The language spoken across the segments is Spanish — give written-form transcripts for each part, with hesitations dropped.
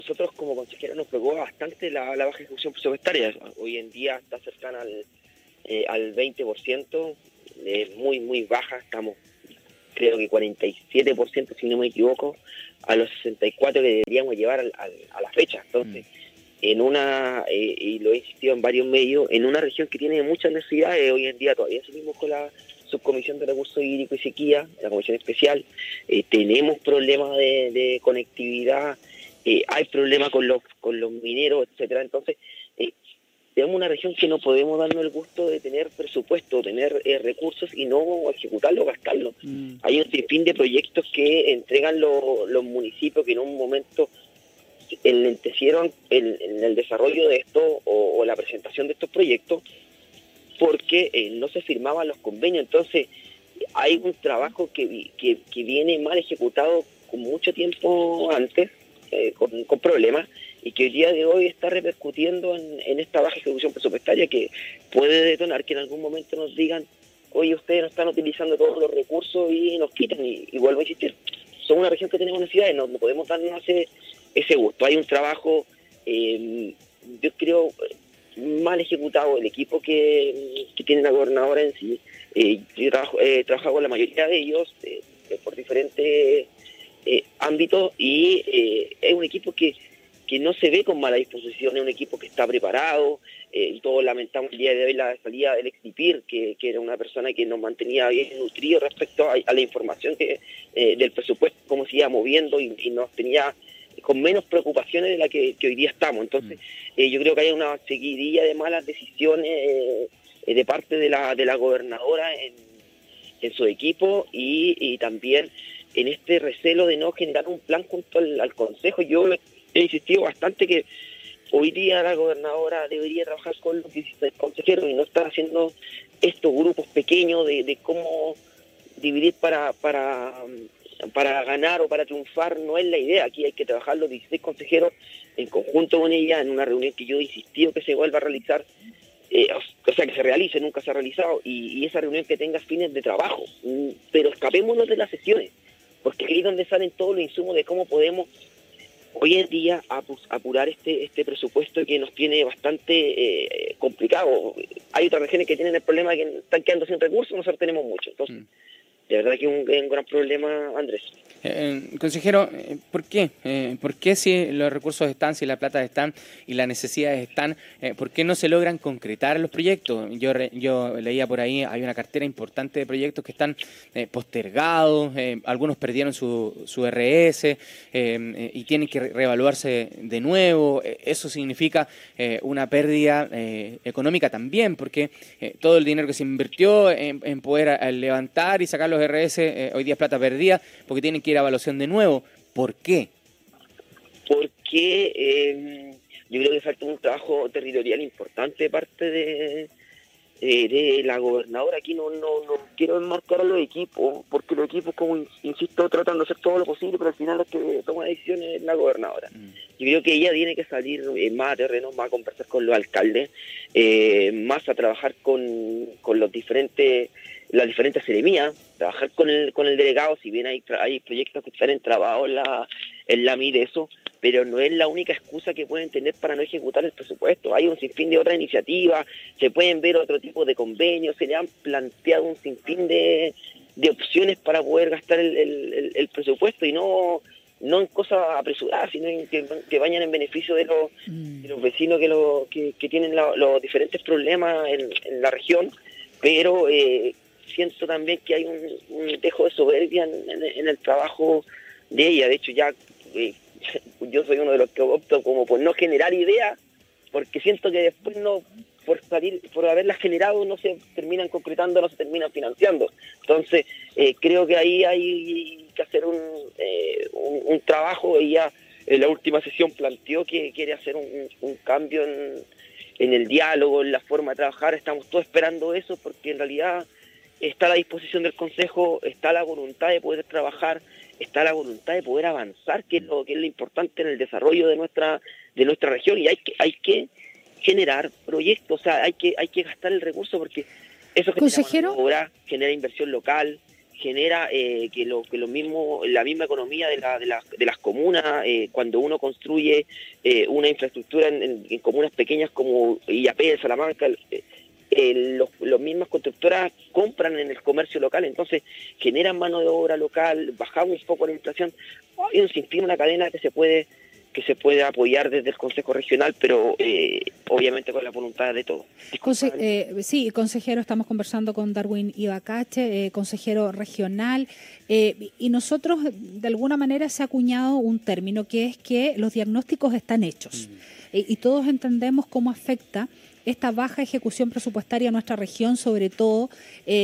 nosotros como consejeros nos preocupa bastante la baja ejecución presupuestaria. Hoy en día está cercana al 20%, muy, muy baja. Estamos, creo que 47%, si no me equivoco, a los 64 que deberíamos llevar a la fecha. Entonces, y lo he insistido en varios medios, en una región que tiene muchas necesidades, hoy en día todavía seguimos con la subcomisión de recursos hídricos y sequía, la comisión especial, tenemos problemas de conectividad, hay problemas con los mineros, etcétera. Entonces, tenemos una región que no podemos darnos el gusto de tener presupuesto, tener recursos y no ejecutarlo, gastarlo. Hay un sinfín de proyectos que entregan los municipios que en un momento enlentecieron en el desarrollo de esto o la presentación de estos proyectos porque no se firmaban los convenios. Entonces hay un trabajo que viene mal ejecutado con mucho tiempo antes, con problemas, y que el día de hoy está repercutiendo en esta baja ejecución presupuestaria que puede detonar que en algún momento nos digan: oye, ustedes no están utilizando todos los recursos, y nos quitan. Y vuelvo a insistir, somos una región que tenemos necesidades, no podemos darnos ese gusto. Hay un trabajo, yo creo, mal ejecutado. El equipo que tiene la gobernadora en sí, yo he trabajado con la mayoría de ellos por diferentes ámbitos, y es un equipo que no se ve con mala disposición, es un equipo que está preparado. Todos lamentamos el día de hoy la salida del ex-DIPIR, que era una persona que nos mantenía bien nutridos respecto a la información del presupuesto, cómo se iba moviendo, y nos tenía con menos preocupaciones de la que hoy día estamos. Entonces, yo creo que hay una seguidilla de malas decisiones de parte de la gobernadora en su equipo, y también en este recelo de no generar un plan junto al Consejo. Yo he insistido bastante que hoy día la gobernadora debería trabajar con los 16 consejeros y no estar haciendo estos grupos pequeños de cómo dividir para ganar o para triunfar. No es la idea. Aquí hay que trabajar los 16 consejeros en conjunto con ella, en una reunión que yo he insistido que se vuelva a realizar, o sea, que se realice, nunca se ha realizado, y esa reunión que tenga fines de trabajo. Pero escapémonos de las sesiones, porque ahí es donde salen todos los insumos de cómo podemos hoy en día apurar este presupuesto que nos tiene bastante complicado. Hay otras regiones que tienen el problema de que están quedando sin recursos, nosotros tenemos mucho. Entonces, de verdad que es un gran problema, Andrés. Consejero, ¿por qué? ¿Por qué si los recursos están, si la plata están y las necesidades están, por qué no se logran concretar los proyectos? Yo leía por ahí, hay una cartera importante de proyectos que están postergados, algunos perdieron su RS y tienen que reevaluarse de nuevo. Eso significa una pérdida económica también, porque todo el dinero que se invirtió en poder levantar y sacar los RS, hoy día es plata perdida, porque tienen que ir a evaluación de nuevo. ¿Por qué? Porque yo creo que falta un trabajo territorial importante de parte de la gobernadora. Aquí no quiero enmarcar a los equipos, porque los equipos, como insisto, tratan de hacer todo lo posible, pero al final los que toma decisiones es la gobernadora. Yo creo que ella tiene que salir más a terreno, más a conversar con los alcaldes, más a trabajar con las diferentes seremías, trabajar con el delegado. Si bien hay proyectos que están entrabados en la MIDESO, pero no es la única excusa que pueden tener para no ejecutar el presupuesto. Hay un sinfín de otras iniciativas, se pueden ver otro tipo de convenios, se le han planteado un sinfín de opciones para poder gastar el presupuesto, y no en cosas apresuradas, sino que vayan en beneficio de los vecinos que tienen los diferentes problemas en la región. Pero siento también que hay un dejo de soberbia en el trabajo de ella. De hecho, ya yo soy uno de los que opto como por no generar ideas, porque siento que después por haberlas generado no se terminan concretando, no se terminan financiando. Entonces creo que ahí hay que hacer un trabajo. Ella en la última sesión planteó que quiere hacer un cambio en el diálogo, en la forma de trabajar. Estamos todos esperando eso, porque en realidad está a la disposición del Consejo, está la voluntad de poder trabajar, está la voluntad de poder avanzar, que es lo importante en el desarrollo de nuestra región. Y hay que generar proyectos, o sea, hay que gastar el recurso, porque eso genera mano de obra, genera inversión local, genera que lo mismo, la misma economía de las comunas, cuando uno construye una infraestructura en comunas pequeñas como Illapel, Salamanca, los mismas constructoras compran en el comercio local, entonces generan mano de obra local, bajamos un poco la inflación. Hay un sinfín, una cadena que se puede apoyar desde el Consejo Regional, pero obviamente con la voluntad de todos. Sí, consejero, estamos conversando con Darwin Ibacache, consejero regional, y nosotros de alguna manera se ha acuñado un término que es que los diagnósticos están hechos, y todos entendemos cómo afecta esta baja ejecución presupuestaria a nuestra región, sobre todo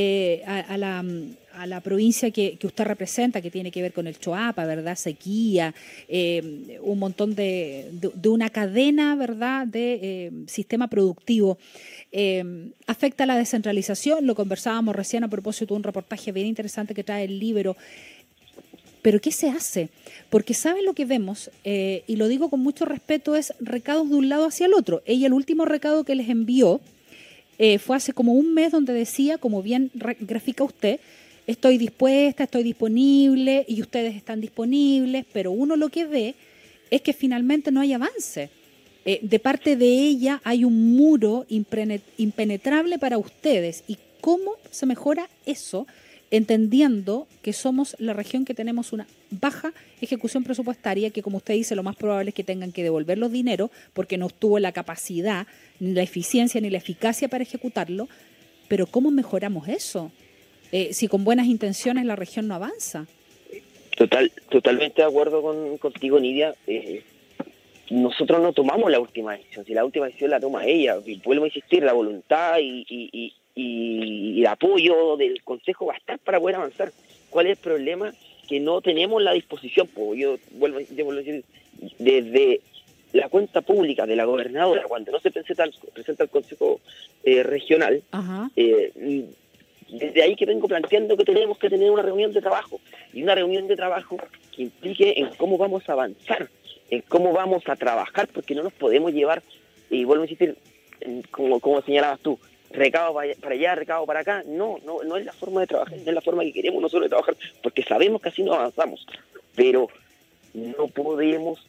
a la provincia que usted representa, que tiene que ver con el Choapa, ¿verdad? Sequía, un montón de una cadena, ¿verdad?, de sistema productivo. Afecta a la descentralización, lo conversábamos recién a propósito de un reportaje bien interesante que trae el Libero. ¿Pero qué se hace? Porque ¿saben lo que vemos? Y lo digo con mucho respeto, es recados de un lado hacia el otro. Ella, el último recado que les envió fue hace como un mes, donde decía, como bien grafica usted, estoy dispuesta, estoy disponible y ustedes están disponibles, pero uno lo que ve es que finalmente no hay avance. De parte de ella hay un muro impenetrable para ustedes. ¿Y cómo se mejora eso? Entendiendo que somos la región que tenemos una baja ejecución presupuestaria, que como usted dice, lo más probable es que tengan que devolver los dineros porque no estuvo la capacidad, ni la eficiencia, ni la eficacia para ejecutarlo. Pero ¿cómo mejoramos eso? Si con buenas intenciones la región no avanza. Totalmente de acuerdo contigo, Nidia. Nosotros no tomamos la última decisión, si la última decisión la toma ella. Y vuelvo a insistir, la voluntad y el apoyo del Consejo va a estar para poder avanzar. ¿Cuál es el problema? Que no tenemos la disposición. Yo vuelvo a decir, desde la cuenta pública de la gobernadora, cuando no se presenta al Consejo Regional, desde ahí que vengo planteando que tenemos que tener una reunión de trabajo, y una reunión de trabajo que implique en cómo vamos a avanzar, en cómo vamos a trabajar, porque no nos podemos llevar, y vuelvo a insistir, como señalabas tú, recado para allá, recado para acá. No es la forma de trabajar, no es la forma que queremos nosotros de trabajar, porque sabemos que así no avanzamos, pero no podemos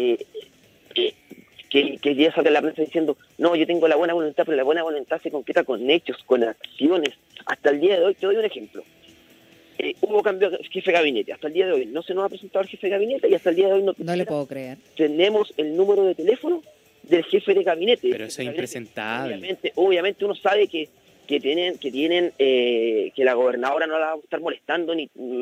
que ya salga la prensa diciendo, no, yo tengo la buena voluntad, pero la buena voluntad se concreta con hechos, con acciones. Hasta el día de hoy, te doy un ejemplo. Hubo cambio de jefe de gabinete. Hasta el día de hoy no se nos ha presentado el jefe de gabinete, y hasta el día de hoy no le puedo creer. Tenemos el número de teléfono del jefe de gabinete. Pero eso es impresentable. Obviamente uno sabe que tienen que la gobernadora no la va a estar molestando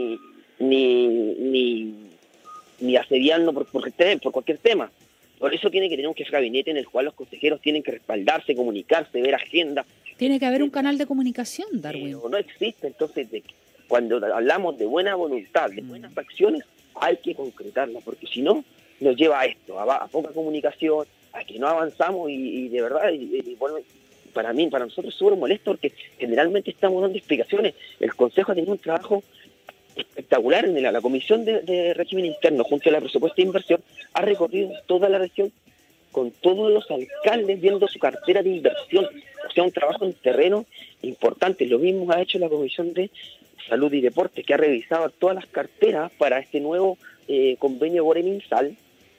ni asediando por cualquier tema. Por eso tiene que tener un jefe de gabinete en el cual los consejeros tienen que respaldarse, comunicarse, ver agenda. Tiene que haber un canal de comunicación, Darwin. Pero no existe. Entonces, cuando hablamos de buena voluntad, de buenas acciones, hay que concretarlas, porque si no, nos lleva a esto, a poca comunicación, a que no avanzamos, y de verdad, bueno, para nosotros es súper molesto, porque generalmente estamos dando explicaciones. El Consejo ha tenido un trabajo espectacular en la Comisión de Régimen Interno, junto a la presupuesta de inversión, ha recorrido toda la región con todos los alcaldes viendo su cartera de inversión. O sea, un trabajo en terreno importante. Lo mismo ha hecho la Comisión de Salud y Deportes, que ha revisado todas las carteras para este nuevo convenio Boreminsal.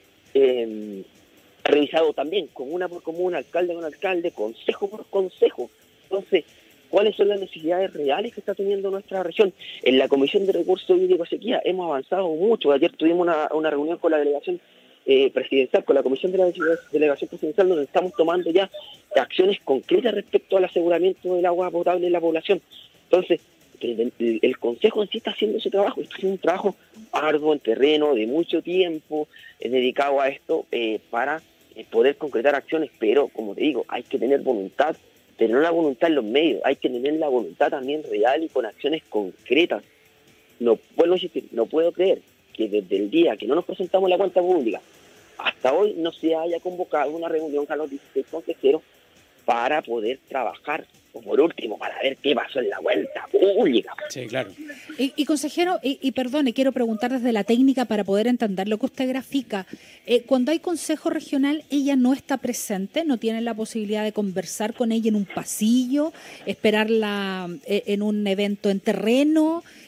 Ha revisado también comuna por comuna, alcalde con alcalde, consejo por consejo. Entonces, ¿cuáles son las necesidades reales que está teniendo nuestra región? En la Comisión de Recursos Hídricos y Sequía hemos avanzado mucho. Ayer tuvimos una reunión con la delegación presidencial, con la Comisión de la Delegación Presidencial, donde estamos tomando ya acciones concretas respecto al aseguramiento del agua potable en la población. Entonces, el Consejo en sí está haciendo ese trabajo, está haciendo un trabajo arduo en terreno, de mucho tiempo, dedicado a esto, para poder concretar acciones, pero como te digo, hay que tener voluntad, tener la voluntad en los medios, hay que tener la voluntad también real y con acciones concretas. No puedo creer que desde el día que no nos presentamos la cuenta pública hasta hoy no se haya convocado una reunión con los 16 consejeros para poder trabajar, o por último, para ver qué pasó en la cuenta pública. Sí, claro. Y consejero, perdone, quiero preguntar desde la técnica para poder entender lo que usted grafica. Cuando hay consejo regional, ella no está presente, no tienen la posibilidad de conversar con ella en un pasillo, esperarla en un evento en terreno.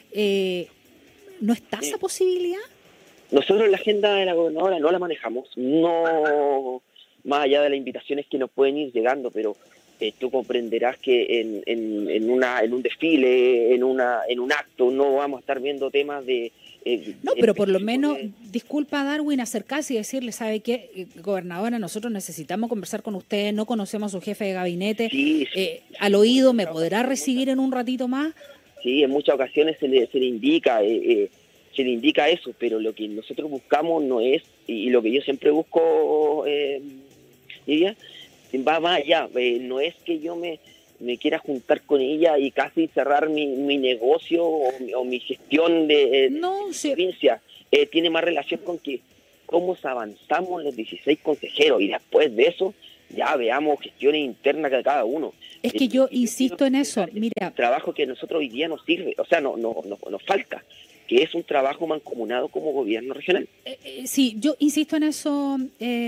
¿No está esa posibilidad? Nosotros la agenda de la gobernadora no la manejamos, no más allá de las invitaciones que nos pueden ir llegando, pero tú comprenderás que en un desfile, en un acto, no vamos a estar viendo temas de... No, pero por lo menos, disculpa Darwin, acercarse y decirle, ¿sabe qué, gobernadora? Nosotros necesitamos conversar con usted, no conocemos a su jefe de gabinete, sí, al oído, ¿me podrá recibir en un ratito más? Sí, en muchas ocasiones se le indica eso, pero lo que nosotros buscamos no es, y lo que yo siempre busco, ella, va más allá, no es que yo me quiera juntar con ella y casi cerrar mi negocio o mi gestión de provincia. Tiene más relación con que cómo avanzamos los 16 consejeros y después de eso ya veamos gestiones internas de cada uno. Es que yo insisto en eso, mira. Trabajo que a nosotros hoy día nos sirve, o sea, nos falta, que es un trabajo mancomunado como gobierno regional. Sí, yo insisto en eso,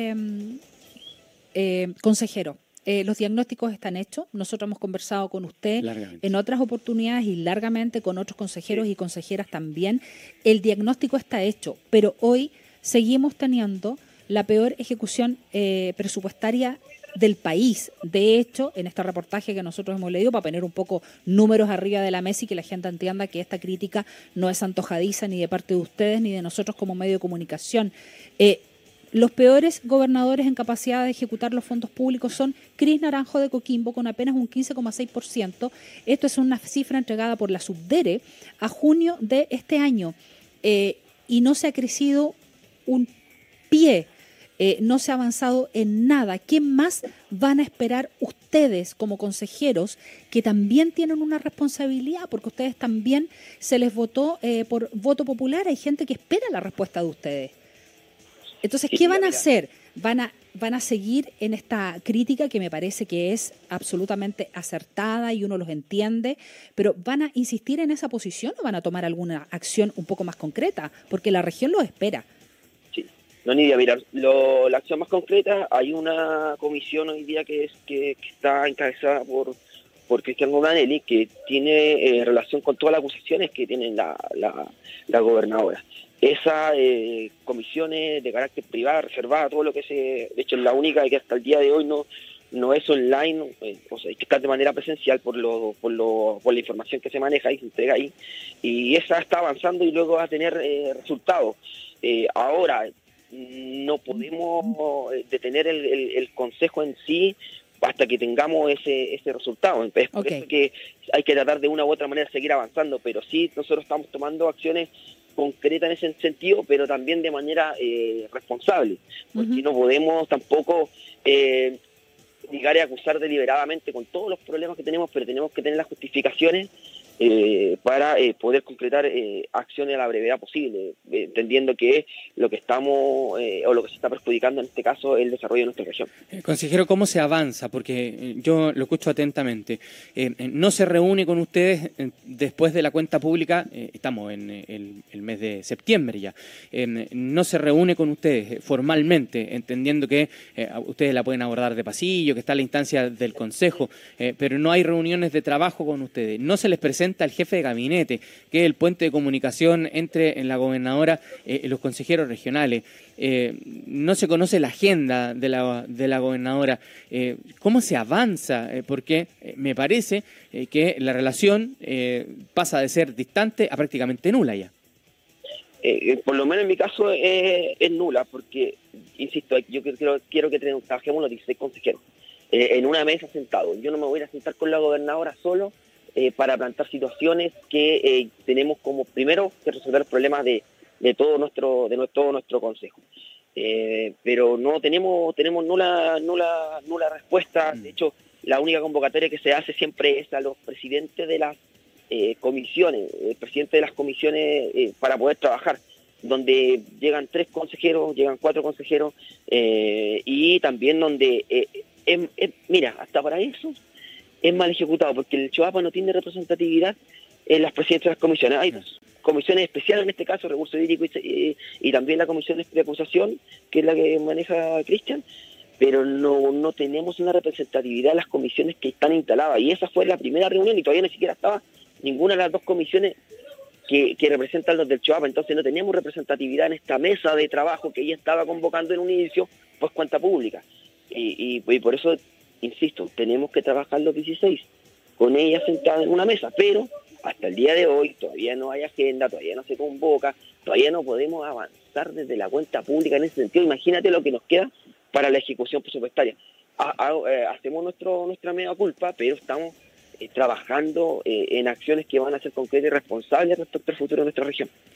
consejero. Los diagnósticos están hechos. Nosotros hemos conversado con usted en otras oportunidades y largamente con otros consejeros y consejeras también. El diagnóstico está hecho, pero hoy seguimos teniendo la peor ejecución presupuestaria del país. De hecho, en este reportaje que nosotros hemos leído, para poner un poco números arriba de la mesa y que la gente entienda que esta crítica no es antojadiza ni de parte de ustedes ni de nosotros como medio de comunicación. Los peores gobernadores en capacidad de ejecutar los fondos públicos son Cris Naranjo de Coquimbo, con apenas un 15,6%. Esto es una cifra entregada por la Subdere a junio de este año. Y no se ha crecido un pie, no se ha avanzado en nada. ¿Qué más van a esperar ustedes como consejeros que también tienen una responsabilidad? Porque ustedes también se les votó por voto popular. Hay gente que espera la respuesta de ustedes. Entonces, ¿qué van a hacer? ¿Van a seguir en esta crítica que me parece que es absolutamente acertada y uno los entiende, pero van a insistir en esa posición o van a tomar alguna acción un poco más concreta? Porque la región los espera. Sí, no, Nidia, mira, la acción más concreta, hay una comisión hoy día que está encabezada por Cristian Gonanelli, que tiene relación con todas las acusaciones que tiene la gobernadora. Esas comisiones de carácter privado, reservada, todo lo que de hecho es la única que hasta el día de hoy no es online, o sea, hay que estar de manera presencial por la información que se maneja y se entrega ahí, y esa está avanzando y luego va a tener resultados. Ahora, no podemos detener el consejo en sí hasta que tengamos ese resultado. Es por eso que hay que tratar de una u otra manera seguir avanzando, pero sí nosotros estamos tomando acciones concreta en ese sentido, pero también de manera responsable, porque no podemos tampoco llegar y acusar deliberadamente con todos los problemas que tenemos, pero tenemos que tener las justificaciones para poder concretar acciones a la brevedad posible, entendiendo que lo que estamos o lo que se está perjudicando en este caso es el desarrollo de nuestra región. Consejero, ¿cómo se avanza? Porque yo lo escucho atentamente. No se reúne con ustedes después de la cuenta pública, estamos en el mes de septiembre ya, no se reúne con ustedes formalmente, entendiendo que ustedes la pueden abordar de pasillo, que está la instancia del consejo, pero no hay reuniones de trabajo con ustedes. No se les presenta al jefe de gabinete, que es el puente de comunicación entre la gobernadora y los consejeros regionales. No se conoce la agenda de la gobernadora. ¿Cómo se avanza? Porque me parece que la relación pasa de ser distante a prácticamente nula ya. Por lo menos en mi caso es nula, porque, insisto, yo quiero que trabajemos los 16 consejeros en una mesa sentados. Yo no me voy a sentar con la gobernadora solo para plantear situaciones que tenemos como primero que resolver los problemas de todo nuestro consejo. Pero no tenemos nula respuesta. De hecho, la única convocatoria que se hace siempre es a los presidentes de las comisiones, presidente de las comisiones para poder trabajar, donde llegan 3 consejeros, llegan 4 consejeros, y también donde, mira, hasta para eso es mal ejecutado, porque el Choapa no tiene representatividad en las presidencias de las comisiones. Hay 2 comisiones especiales, en este caso, recursos hídricos y también la comisión de acusación, que es la que maneja Cristian, pero no tenemos una representatividad en las comisiones que están instaladas, y esa fue la primera reunión y todavía ni siquiera estaba ninguna de las 2 comisiones que representan los del Choapa. Entonces no teníamos representatividad en esta mesa de trabajo que ella estaba convocando en un inicio, pues cuenta pública. Y por eso, insisto, tenemos que trabajar los 16 con ella sentada en una mesa, pero hasta el día de hoy todavía no hay agenda, todavía no se convoca, todavía no podemos avanzar desde la cuenta pública en ese sentido. Imagínate lo que nos queda para la ejecución presupuestaria. Hacemos nuestra mea culpa, pero estamos trabajando en acciones que van a ser concretas y responsables respecto al futuro de nuestra región.